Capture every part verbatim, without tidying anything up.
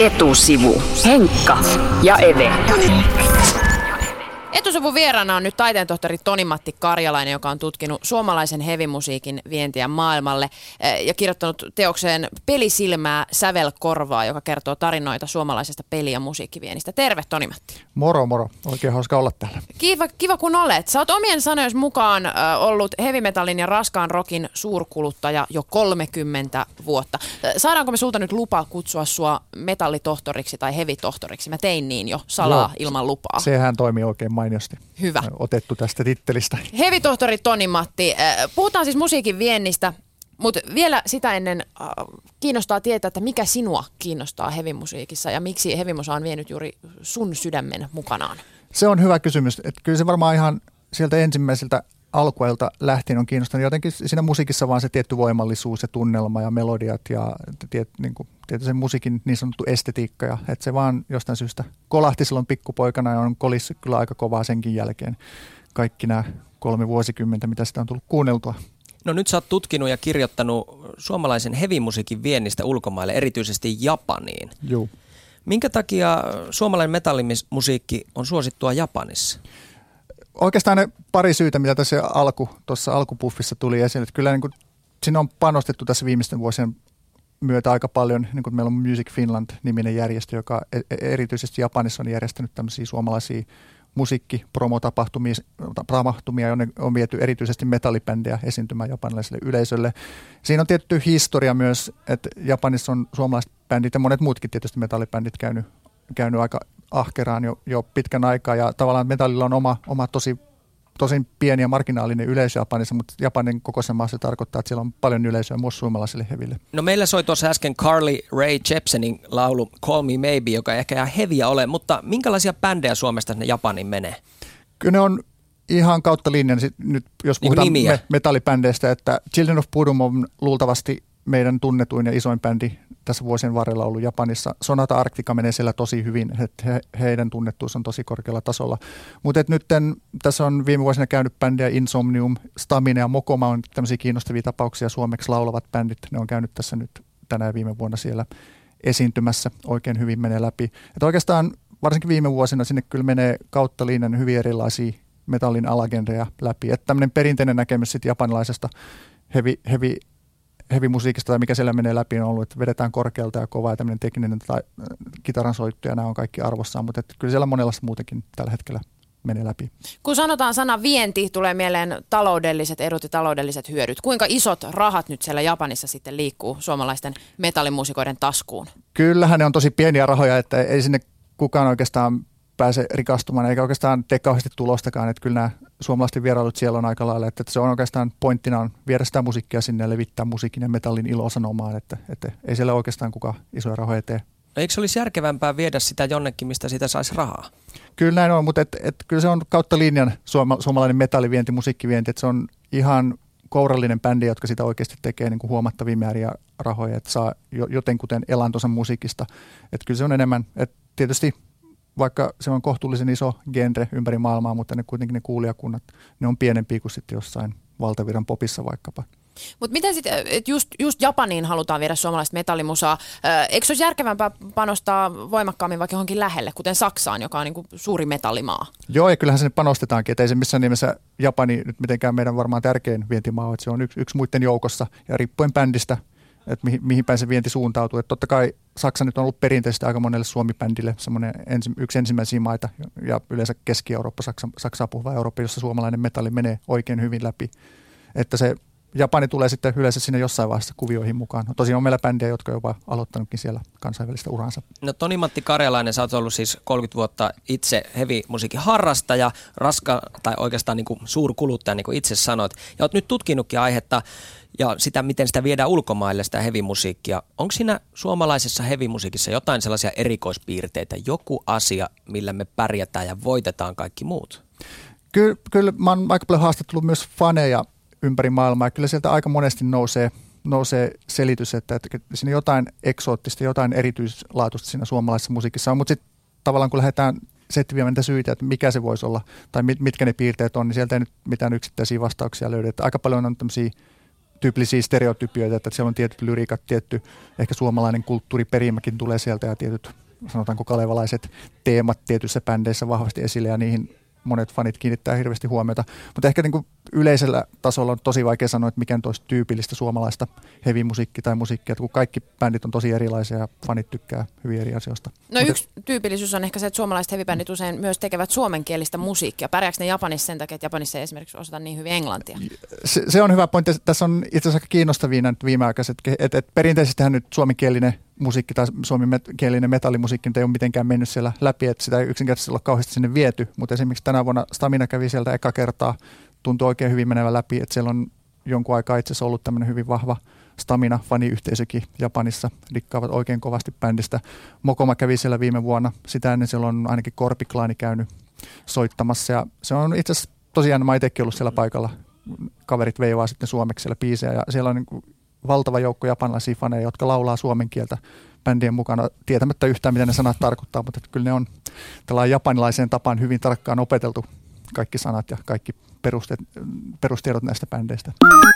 Etusivu. Henkka ja Eve. Etusivun vieraana on nyt taiteentohtori Toni-Matti Karjalainen, joka on tutkinut suomalaisen hevimusiikin vientiä maailmalle ja kirjoittanut teokseen Pelisilmää, sävelkorvaa, joka kertoo tarinoita suomalaisesta peli- ja musiikkiviennistä. Terve, Toni-Matti. Moro, moro. Oikein hauska olla täällä. Kiva, kiva kun olet. Sä oot omien sanojen mukaan äh, ollut hevimetallin ja raskaan rockin suurkuluttaja jo kolmekymmentä vuotta. Saadaanko me sulta nyt lupa kutsua sua metallitohtoriksi tai hevitohtoriksi? Mä tein niin jo salaa Joo, ilman lupaa. Sehän toimii oikein mainiosti. Hyvä. Otettu tästä tittelistä. Hevitohtori Toni-Matti. Puhutaan siis musiikin viennistä, mutta vielä sitä ennen äh, kiinnostaa tietää, että mikä sinua kiinnostaa hevimusiikissa ja miksi hevimusa on vienyt juuri sun sydämen mukanaan? Se on hyvä kysymys. Että kyllä se varmaan ihan sieltä ensimmäisiltä alkuailta lähtien on kiinnostanut. Jotenkin siinä musiikissa vaan se tietty voimallisuus ja tunnelma ja melodiat ja tiet, niin kuin, tietysti sen musiikin niin sanottu estetiikka. Ja, että se vaan jostain syystä kolahti silloin pikkupoikana ja on kolissut kyllä aika kovaa senkin jälkeen. Kaikki nämä kolme vuosikymmentä, mitä sitä on tullut kuunneltua. No nyt sä oot tutkinut ja kirjoittanut suomalaisen hevimusiikin viennistä ulkomaille, erityisesti Japaniin. Joo. Minkä takia suomalainen metallimusiikki on suosittua Japanissa? Oikeastaan ne pari syytä, mitä tässä alku, tuossa alkupuffissa tuli esille. Että kyllä niin kuin, siinä on panostettu tässä viimeisten vuosien myötä aika paljon. Niin kuin meillä on Music Finland-niminen järjestö, joka erityisesti Japanissa on järjestänyt tämmöisiä suomalaisia musiikkipromotapahtumia, jonne on viety erityisesti metallipändejä esiintymään japanilaiselle yleisölle. Siinä on tietty historia myös, että Japanissa on suomalaiset bändit ja monet muutkin tietysti metallibändit käynyt, käynyt aika ahkeraan jo, jo pitkän aikaa. Ja tavallaan metallilla on oma, oma tosi, tosi pieni ja marginaalinen yleisö Japanissa, mutta Japanin kokoisessa maassa tarkoittaa, että siellä on paljon yleisöä myös suomalaisille heville. No meillä soi tuossa äsken Carly Rae Jepsenin laulu Call Me Maybe, joka ei ehkä ihan heviä ole, mutta minkälaisia bändejä Suomesta sinne Japaniin menee? Kyllä ne on ihan kautta linjan, nyt jos puhutaan niin me, metallibändeistä, että Children of Bodom on luultavasti meidän tunnetuin ja isoin bändi tässä vuosien varrella ollut Japanissa. Sonata Arctica menee siellä tosi hyvin, että he, heidän tunnettuus on tosi korkealla tasolla. Mutta nyt tässä on viime vuosina käynyt bändejä Insomnium, Stamina ja Mokoma on tämmöisiä kiinnostavia tapauksia. Suomeksi laulavat bändit, ne on käynyt tässä nyt tänä ja viime vuonna siellä esiintymässä. Oikein hyvin menee läpi. Että oikeastaan varsinkin viime vuosina sinne kyllä menee kautta linjan hyvin erilaisia metallin alagenreja läpi. Että tämmöinen perinteinen näkemys sitten japanilaisesta heavy, heavy hevimusiikista tai mikä siellä menee läpi on ollut, että vedetään korkealta ja kovaa ja tämmöinen tekninen tai kitaransoitto ja nämä on kaikki arvossaan, mutta että kyllä siellä monenlaista muutenkin tällä hetkellä menee läpi. Kun sanotaan sana vienti, tulee mieleen taloudelliset edut ja taloudelliset hyödyt. Kuinka isot rahat nyt siellä Japanissa sitten liikkuu suomalaisten metallimuusikoiden taskuun? Kyllähän ne on tosi pieniä rahoja, että ei sinne kukaan oikeastaan pääse rikastumaan, eikä oikeastaan tee kauheasti tulostakaan, että kyllä nämä suomalaisten vierailut siellä on aika lailla, että se on oikeastaan pointtina on viedä sitä musiikkia sinne ja levittää musiikin ja metallin ilosanomaan, että, että ei siellä oikeastaan kukaan isoja rahoja tee. No eikö se olisi järkevämpää viedä sitä jonnekin, mistä sitä saisi rahaa? Kyllä näin on, mutta et, et, kyllä se on kautta linjan suoma, suomalainen metallivienti, musiikkivienti, että se on ihan kourallinen bändi, jotka sitä oikeasti tekee niin kuin huomattavia määriä rahoja, että saa jotenkuten elantonsa musiikista. Että kyllä se on enemmän, että tietysti vaikka se on kohtuullisen iso genre ympäri maailmaa, mutta ne kuitenkin ne kuulijakunnat, ne on pienempiä kuin sitten jossain valtavirran popissa vaikkapa. Mutta miten sitten, että just, just Japaniin halutaan viedä suomalaista metallimusaa, eikö se olisi järkevämpää panostaa voimakkaammin vaikka johonkin lähelle, kuten Saksaan, joka on niin kuin suuri metallimaa? Joo, ja kyllähän sinne panostetaankin, että ei se missään nimessä Japani nyt mitenkään meidän varmaan tärkein vientimaa, että se on yksi, yksi muiden joukossa, ja riippuen bändistä, että mihin, mihin päin se vienti suuntautuu. Että totta kai Saksa nyt on ollut perinteisesti aika monelle Suomi-bändille semmoinen ensi, yksi ensimmäisiä maita ja yleensä Keski-Eurooppa, Saksa, Saksaa puhuva Eurooppa, jossa suomalainen metalli menee oikein hyvin läpi. Että se Japani tulee sitten yleensä sinne jossain vaiheessa kuvioihin mukaan. No, tosiaan on meillä bändejä, jotka on jopa aloittanutkin siellä kansainvälistä uraansa. No Toni-Matti Karjalainen, sä oot ollut siis kolmekymmentä vuotta itse heavy-musiikin harrastaja, raska tai oikeastaan niin kuin suurkuluttaja, niin kuin itse sanoit. Ja oot nyt tutkinutkin aihetta ja sitä, miten sitä viedään ulkomaille, sitä heavy-musiikkia. Onko siinä suomalaisessa heavy-musiikissa jotain sellaisia erikoispiirteitä, joku asia, millä me pärjätään ja voitetaan kaikki muut? Kyllä, kyllä mä oon aika paljon haastattellut myös faneja ympäri maailmaa. Kyllä sieltä aika monesti nousee, nousee selitys, että, että siinä jotain eksoottista, jotain erityislaatuista siinä suomalaisessa musiikissa on, mutta sitten tavallaan kun lähdetään setviämään niitä syitä, että mikä se voisi olla tai mit, mitkä ne piirteet on, niin sieltä ei nyt mitään yksittäisiä vastauksia löydy. Että aika paljon on tämmöisiä tyypillisiä stereotypioita, että siellä on tietyt lyriikat, tietty ehkä suomalainen kulttuuriperimäkin tulee sieltä ja tietyt, sanotaanko kalevalaiset teemat tietyissä bändeissä vahvasti esille ja niihin monet fanit kiinnittää hirveästi huomiota. Mutta ehkä niin kuin yleisellä tasolla on tosi vaikea sanoa, että mikä on toista tyypillistä suomalaista heavy-musiikkia tai musiikkia, kun kaikki bändit on tosi erilaisia ja fanit tykkää hyvin eri asioista. No Mut yksi et... tyypillisyys on ehkä se, että suomalaiset heavy-bändit usein myös tekevät suomenkielistä musiikkia. Pärjääkö ne Japanissa sen takia, että Japanissa ei esimerkiksi osata niin hyvin englantia? Se, se on hyvä pointti. Tässä on itse asiassa aika kiinnostavia näitä viimeaikaiset, että et perinteisestihän nyt suomenkielinen musiikki tai suomenkielinen metallimusiikki ei ole mitenkään mennyt siellä läpi, että sitä ei yksinkertaisesti ole kauheasti sinne viety, mutta esimerkiksi tänä vuonna Stamina kävi sieltä eka kertaa, tuntui oikein hyvin menevä läpi, että siellä on jonkun aikaa itse asiassa ollut tämmöinen hyvin vahva Stamina-faniyhteisökin Japanissa, dikkaavat oikein kovasti bändistä. Mokoma kävi siellä viime vuonna, sitä ennen siellä on ainakin Korpiklaani käynyt soittamassa ja se on itse asiassa tosiaan, mä itsekin ollut siellä paikalla, kaverit veivaa sitten suomeksi siellä biisejä ja siellä on niin kuin valtava joukko japanilaisia faneja, jotka laulaa suomen kieltä bändien mukana, tietämättä yhtään, mitä ne sanat tarkoittaa, mutta kyllä ne on tällainen japanilaiseen tapaan hyvin tarkkaan opeteltu kaikki sanat ja kaikki perusteet, perustiedot näistä bändeistä.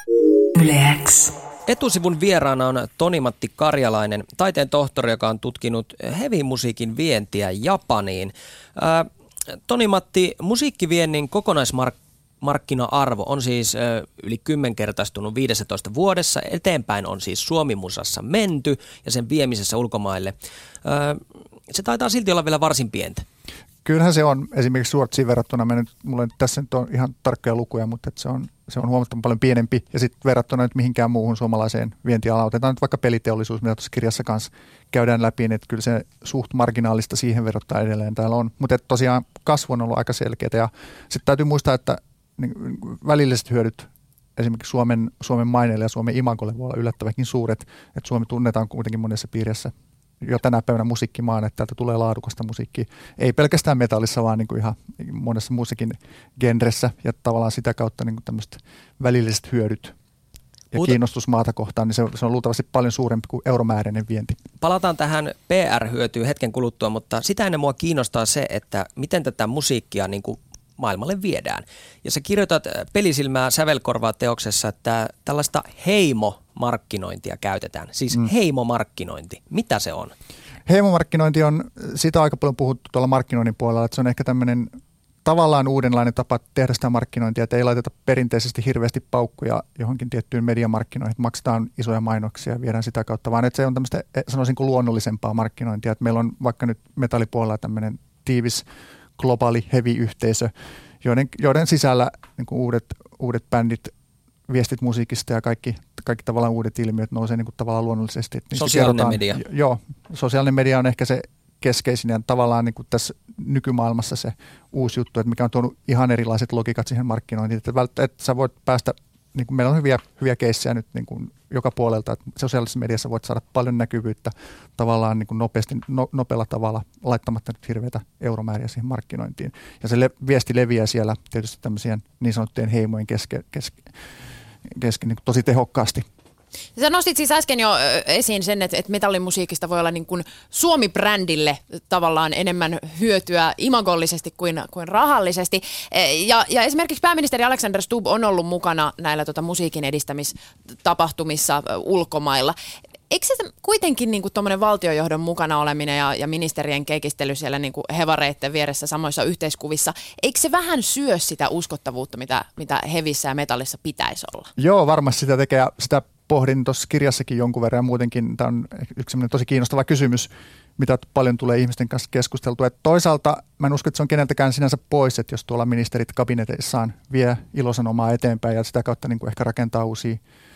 Yleäks. Etusivun vieraana on Toni-Matti Karjalainen, taiteen tohtori, joka on tutkinut heavy-musiikin vientiä Japaniin. Ää, Toni-Matti, musiikkiviennin kokonaismarkkinointi markkina-arvo on siis ö, yli kymmenkertaistunut viidessätoista vuodessa. Eteenpäin on siis Suomi-musassa menty ja sen viemisessä ulkomaille. Ö, se taitaa silti olla vielä varsin pientä. Kyllähän se on esimerkiksi Ruotsiin verrattuna. Mä nyt, mulla nyt tässä nyt on ihan tarkkoja lukuja, mutta se on, se on huomattavan paljon pienempi. Ja sitten verrattuna nyt mihinkään muuhun suomalaiseen vientialaan. Otetaan nyt vaikka peliteollisuus, mitä tuossa kirjassa kanssa käydään läpi, että kyllä se suht marginaalista siihen verrattuna edelleen täällä on. Mutta tosiaan kasvu on ollut aika selkeää. Ja sitten täytyy muistaa, että niin välilliset hyödyt esimerkiksi Suomen, Suomen maineelle ja Suomen imagolle voi olla yllättävänkin suuret, että Suomi tunnetaan kuitenkin monessa piirissä jo tänä päivänä musiikkimaan, että täältä tulee laadukasta musiikkia. Ei pelkästään metallissa, vaan niin kuin ihan monessa muussakin genressä ja tavallaan sitä kautta niin kuin tämmöiset välilliset hyödyt ja Puhuta... kiinnostus maata kohtaan, niin se, se on luultavasti paljon suurempi kuin euromääräinen vienti. Palataan tähän P R-hyötyyn hetken kuluttua, mutta sitä ennen mua kiinnostaa se, että miten tätä musiikkia niin kuin maailmalle viedään. Ja sä kirjoitat Pelisilmää sävelkorvaa teoksessa, että tällaista heimomarkkinointia käytetään. Siis mm. heimomarkkinointi. Mitä se on? Heimomarkkinointi on, siitä on aika paljon puhuttu tuolla markkinoinnin puolella, että se on ehkä tämmöinen tavallaan uudenlainen tapa tehdä sitä markkinointia, että ei laiteta perinteisesti hirveästi paukkuja johonkin tiettyyn mediamarkkinoihin, että maksetaan isoja mainoksia ja viedään sitä kautta, vaan että se on tämmöistä, sanoisin kuin luonnollisempaa markkinointia, että meillä on vaikka nyt metallipuolella tämmöinen tiivis globaali heavy-yhteisö, joiden, joiden sisällä niin kuin uudet, uudet bändit, viestit musiikista ja kaikki, kaikki tavallaan uudet ilmiöt nousee niin kuin tavallaan luonnollisesti. Niin sosiaalinen media. Joo, sosiaalinen media on ehkä se keskeisin ja tavallaan niin kuin tässä nykymaailmassa se uusi juttu, että mikä on tuonut ihan erilaiset logiikat siihen markkinointiin, että, välttä, että sä voit päästä, niin kuin meillä on hyviä, hyviä keissejä nyt niin kuin joka puolelta, että sosiaalisessa mediassa voit saada paljon näkyvyyttä tavallaan niin kuin nopeasti, no, nopealla tavalla laittamatta nyt hirveitä euromääriä siihen markkinointiin. Ja se le, viesti leviää siellä tietysti tämmöisiä niin sanottujen heimojen kesken keske, keske, niin tosi tehokkaasti. Sä nostit siis äsken jo esiin sen, että, että metallimusiikista voi olla niin kuin Suomi-brändille tavallaan enemmän hyötyä imagollisesti kuin, kuin rahallisesti. Ja, ja esimerkiksi pääministeri Alexander Stubb on ollut mukana näillä tota, musiikin edistämistapahtumissa ulkomailla. Eikö se kuitenkin niin kuin tuommoinen valtiojohdon mukana oleminen ja, ja ministerien keikistely siellä niin kuin hevareitten vieressä samoissa yhteiskuvissa, eikö se vähän syö sitä uskottavuutta, mitä, mitä hevissä ja metallissa pitäisi olla? Joo, varmasti sitä tekee. Sitä pohdin tuossa kirjassakin jonkun verran ja muutenkin tämä on yksi tosi kiinnostava kysymys, mitä paljon tulee ihmisten kanssa keskusteltua. Et toisaalta mä en usko, että se on keneltäkään sinänsä pois, että jos tuolla ministerit kabineteissaan vie ilosanomaa eteenpäin ja sitä kautta niin kuin ehkä rakentaa uusia,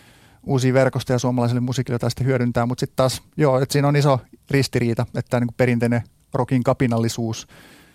uusia verkostoja suomalaiselle musiikille, jota sitten hyödyntää. Mutta sitten taas, joo, että siinä on iso ristiriita, että tämä niin kuin perinteinen rockin kapinallisuus,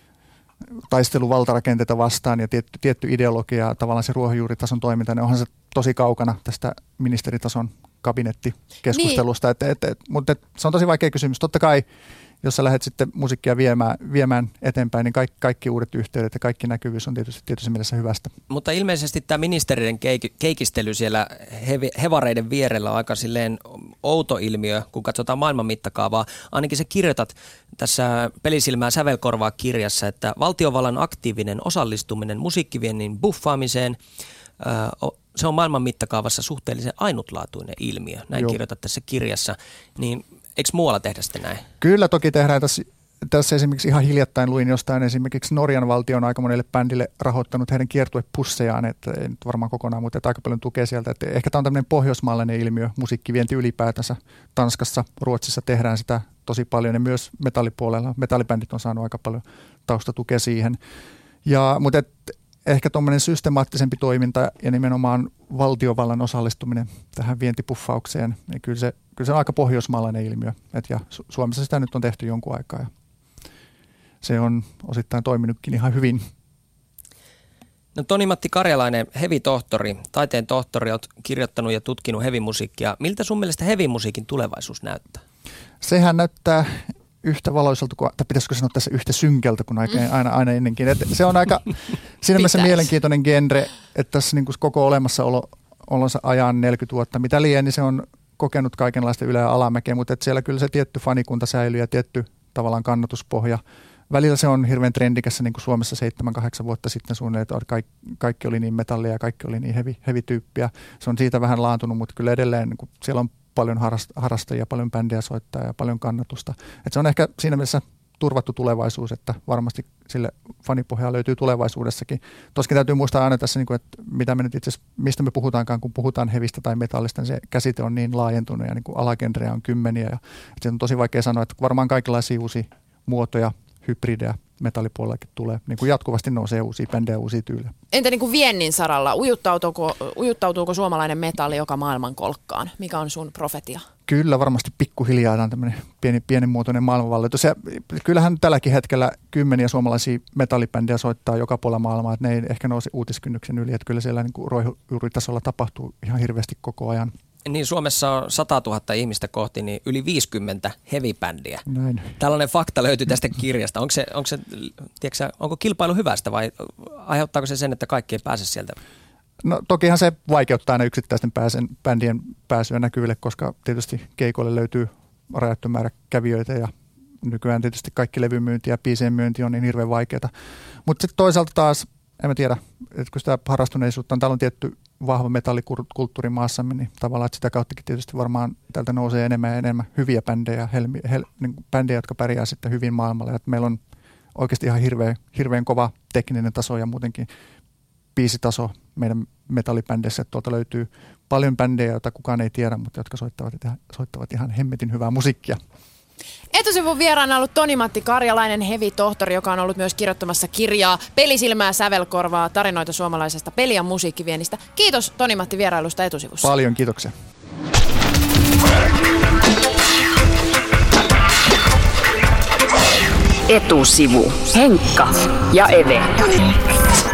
taistelu valtarakenteita vastaan ja tietty, tietty ideologia, tavallaan se ruohonjuuritason toiminta, niin onhan se tosi kaukana tästä ministeritason kabinettikeskustelusta. Niin. Et, et, et, mutta et, se on tosi vaikea kysymys. Totta kai, jos sä lähdet sitten musiikkia viemään, viemään eteenpäin, niin kaikki, kaikki uudet yhteydet ja kaikki näkyvyys on tietysti, tietysti mielessä hyvästä. Mutta ilmeisesti tämä ministerien keik- keikistely siellä hevi, hevareiden vierellä on aika silleen outo ilmiö, kun katsotaan maailman mittakaavaa. Ainakin sä kirjoitat tässä Pelisilmää sävelkorvaa kirjassa, että valtiovallan aktiivinen osallistuminen musiikkiviennin buffaamiseen, äh, se on maailman mittakaavassa suhteellisen ainutlaatuinen ilmiö. Näin Joo. kirjoitat tässä kirjassa. Niin eikö muualla tehdä sitten näin? Kyllä toki tehdään. Tässä, tässä esimerkiksi ihan hiljattain luin jostain esimerkiksi Norjan valtio on aika monelle bändille rahoittanut heidän kiertuepussejaan, että ei nyt varmaan kokonaan, mutta aika paljon tukea sieltä. Että ehkä tämä on tämmöinen pohjoismaalainen ilmiö, musiikkivienti ylipäätänsä. Tanskassa, Ruotsissa tehdään sitä tosi paljon ja myös metallipuolella. Metallibändit on saanut aika paljon taustatukea siihen. Ja, mutta et, ehkä tuommoinen systemaattisempi toiminta ja nimenomaan valtiovallan osallistuminen tähän vientipuffaukseen, niin kyllä se, kyllä se on aika pohjoismaalainen ilmiö. Et ja Suomessa sitä nyt on tehty jonkun aikaa ja se on osittain toiminutkin ihan hyvin. No Toni-Matti Karjalainen, heavy-tohtori, taiteen tohtori, olet kirjoittanut ja tutkinut heavy-musiikkia. Miltä sun mielestä heavy-musiikin tulevaisuus näyttää? Sehän näyttää yhtä valoisalta, kuin, tai pitäisikö sanoa tässä yhtä synkältä kuin aina, aina ennenkin. Et se on aika siinä mielessä mielenkiintoinen genre, että tässä niin kuin koko olemassaolonsa ajan neljäkymmentä vuotta, mitä liian, niin se on kokenut kaikenlaista ylä- ja alamäkeä, mutta että siellä kyllä se tietty fanikunta säilyy ja tietty tavallaan kannatuspohja. Välillä se on hirveän trendikässä, niin kuin Suomessa seitsemän kahdeksan vuotta sitten suunnilleen, että kaikki, kaikki oli niin metallia ja kaikki oli niin heavy, heavy tyyppiä. Se on siitä vähän laantunut, mutta kyllä edelleen niin kuin siellä on paljon harrastajia, paljon bändiä soittaa ja paljon kannatusta. Et se on ehkä siinä mielessä turvattu tulevaisuus, että varmasti sille fanipohjaa löytyy tulevaisuudessakin. Toskin täytyy muistaa aina tässä, että mitä me nyt itse asiassa, mistä me puhutaankaan, kun puhutaan hevistä tai metallista, niin se käsite on niin laajentunut ja niin kuin alagenrejä on kymmeniä. Ja se on tosi vaikea sanoa, että varmaan kaikenlaisia uusia muotoja, hybridejä metallipuolellakin tulee. Niin kuin jatkuvasti nousee uusia bändejä, uusia tyylejä. Entä niin kuin viennin saralla? Ujuttautuuko, ujuttautuuko suomalainen metalli joka maailman kolkkaan? Mikä on sun profetia? Kyllä, varmasti pikkuhiljaa on tämmöinen pieni, pienimuotoinen maailmanvalloitus. Ja kyllähän tälläkin hetkellä kymmeniä suomalaisia metallibändejä soittaa joka puolella maailmaa, että ne ei ehkä nouse uutiskynnyksen yli. Että kyllä siellä niin kuin ruohonjuuritasolla tapahtuu ihan hirveästi koko ajan. Niin, Suomessa on sata tuhatta ihmistä kohti, niin yli viisikymmentä heavy-bändiä. Näin. Tällainen fakta löytyy tästä kirjasta. Onko, se, onko, se, tiedätkö, onko kilpailu hyvästä vai aiheuttaako se sen, että kaikki ei pääse sieltä? No tokihan se vaikeuttaa aina yksittäisten pääsen, bändien pääsyä näkyville, koska tietysti keikoille löytyy rajattu määrä kävijöitä ja nykyään tietysti kaikki levymyynti ja biisien myynti on niin hirveän vaikeaa. Mutta sitten toisaalta taas, en mä tiedä, että kun sitä harrastuneisuutta on, täällä on tietty vahva metallikulttuuri maassamme, niin tavallaan että sitä kauttakin tietysti varmaan täältä nousee enemmän ja enemmän hyviä bändejä, helmi, hel, niin bändejä, jotka pärjää sitten hyvin maailmalla. Et meillä on oikeasti ihan hirveän, hirveän kova tekninen taso ja muutenkin biisitaso meidän metallibändeissä. Tuolta löytyy paljon bändejä, joita kukaan ei tiedä, mutta jotka soittavat, soittavat ihan hemmetin hyvää musiikkia. Etusivun vieraana on ollut Toni-Matti Karjalainen, heavy-tohtori, joka on ollut myös kirjoittamassa kirjaa Pelisilmää sävelkorvaa, tarinoita suomalaisesta peli- ja musiikkiviennistä. Kiitos Toni-Matti vierailusta Etusivussa. Paljon kiitoksia. Etusivu. Henkka ja Eve.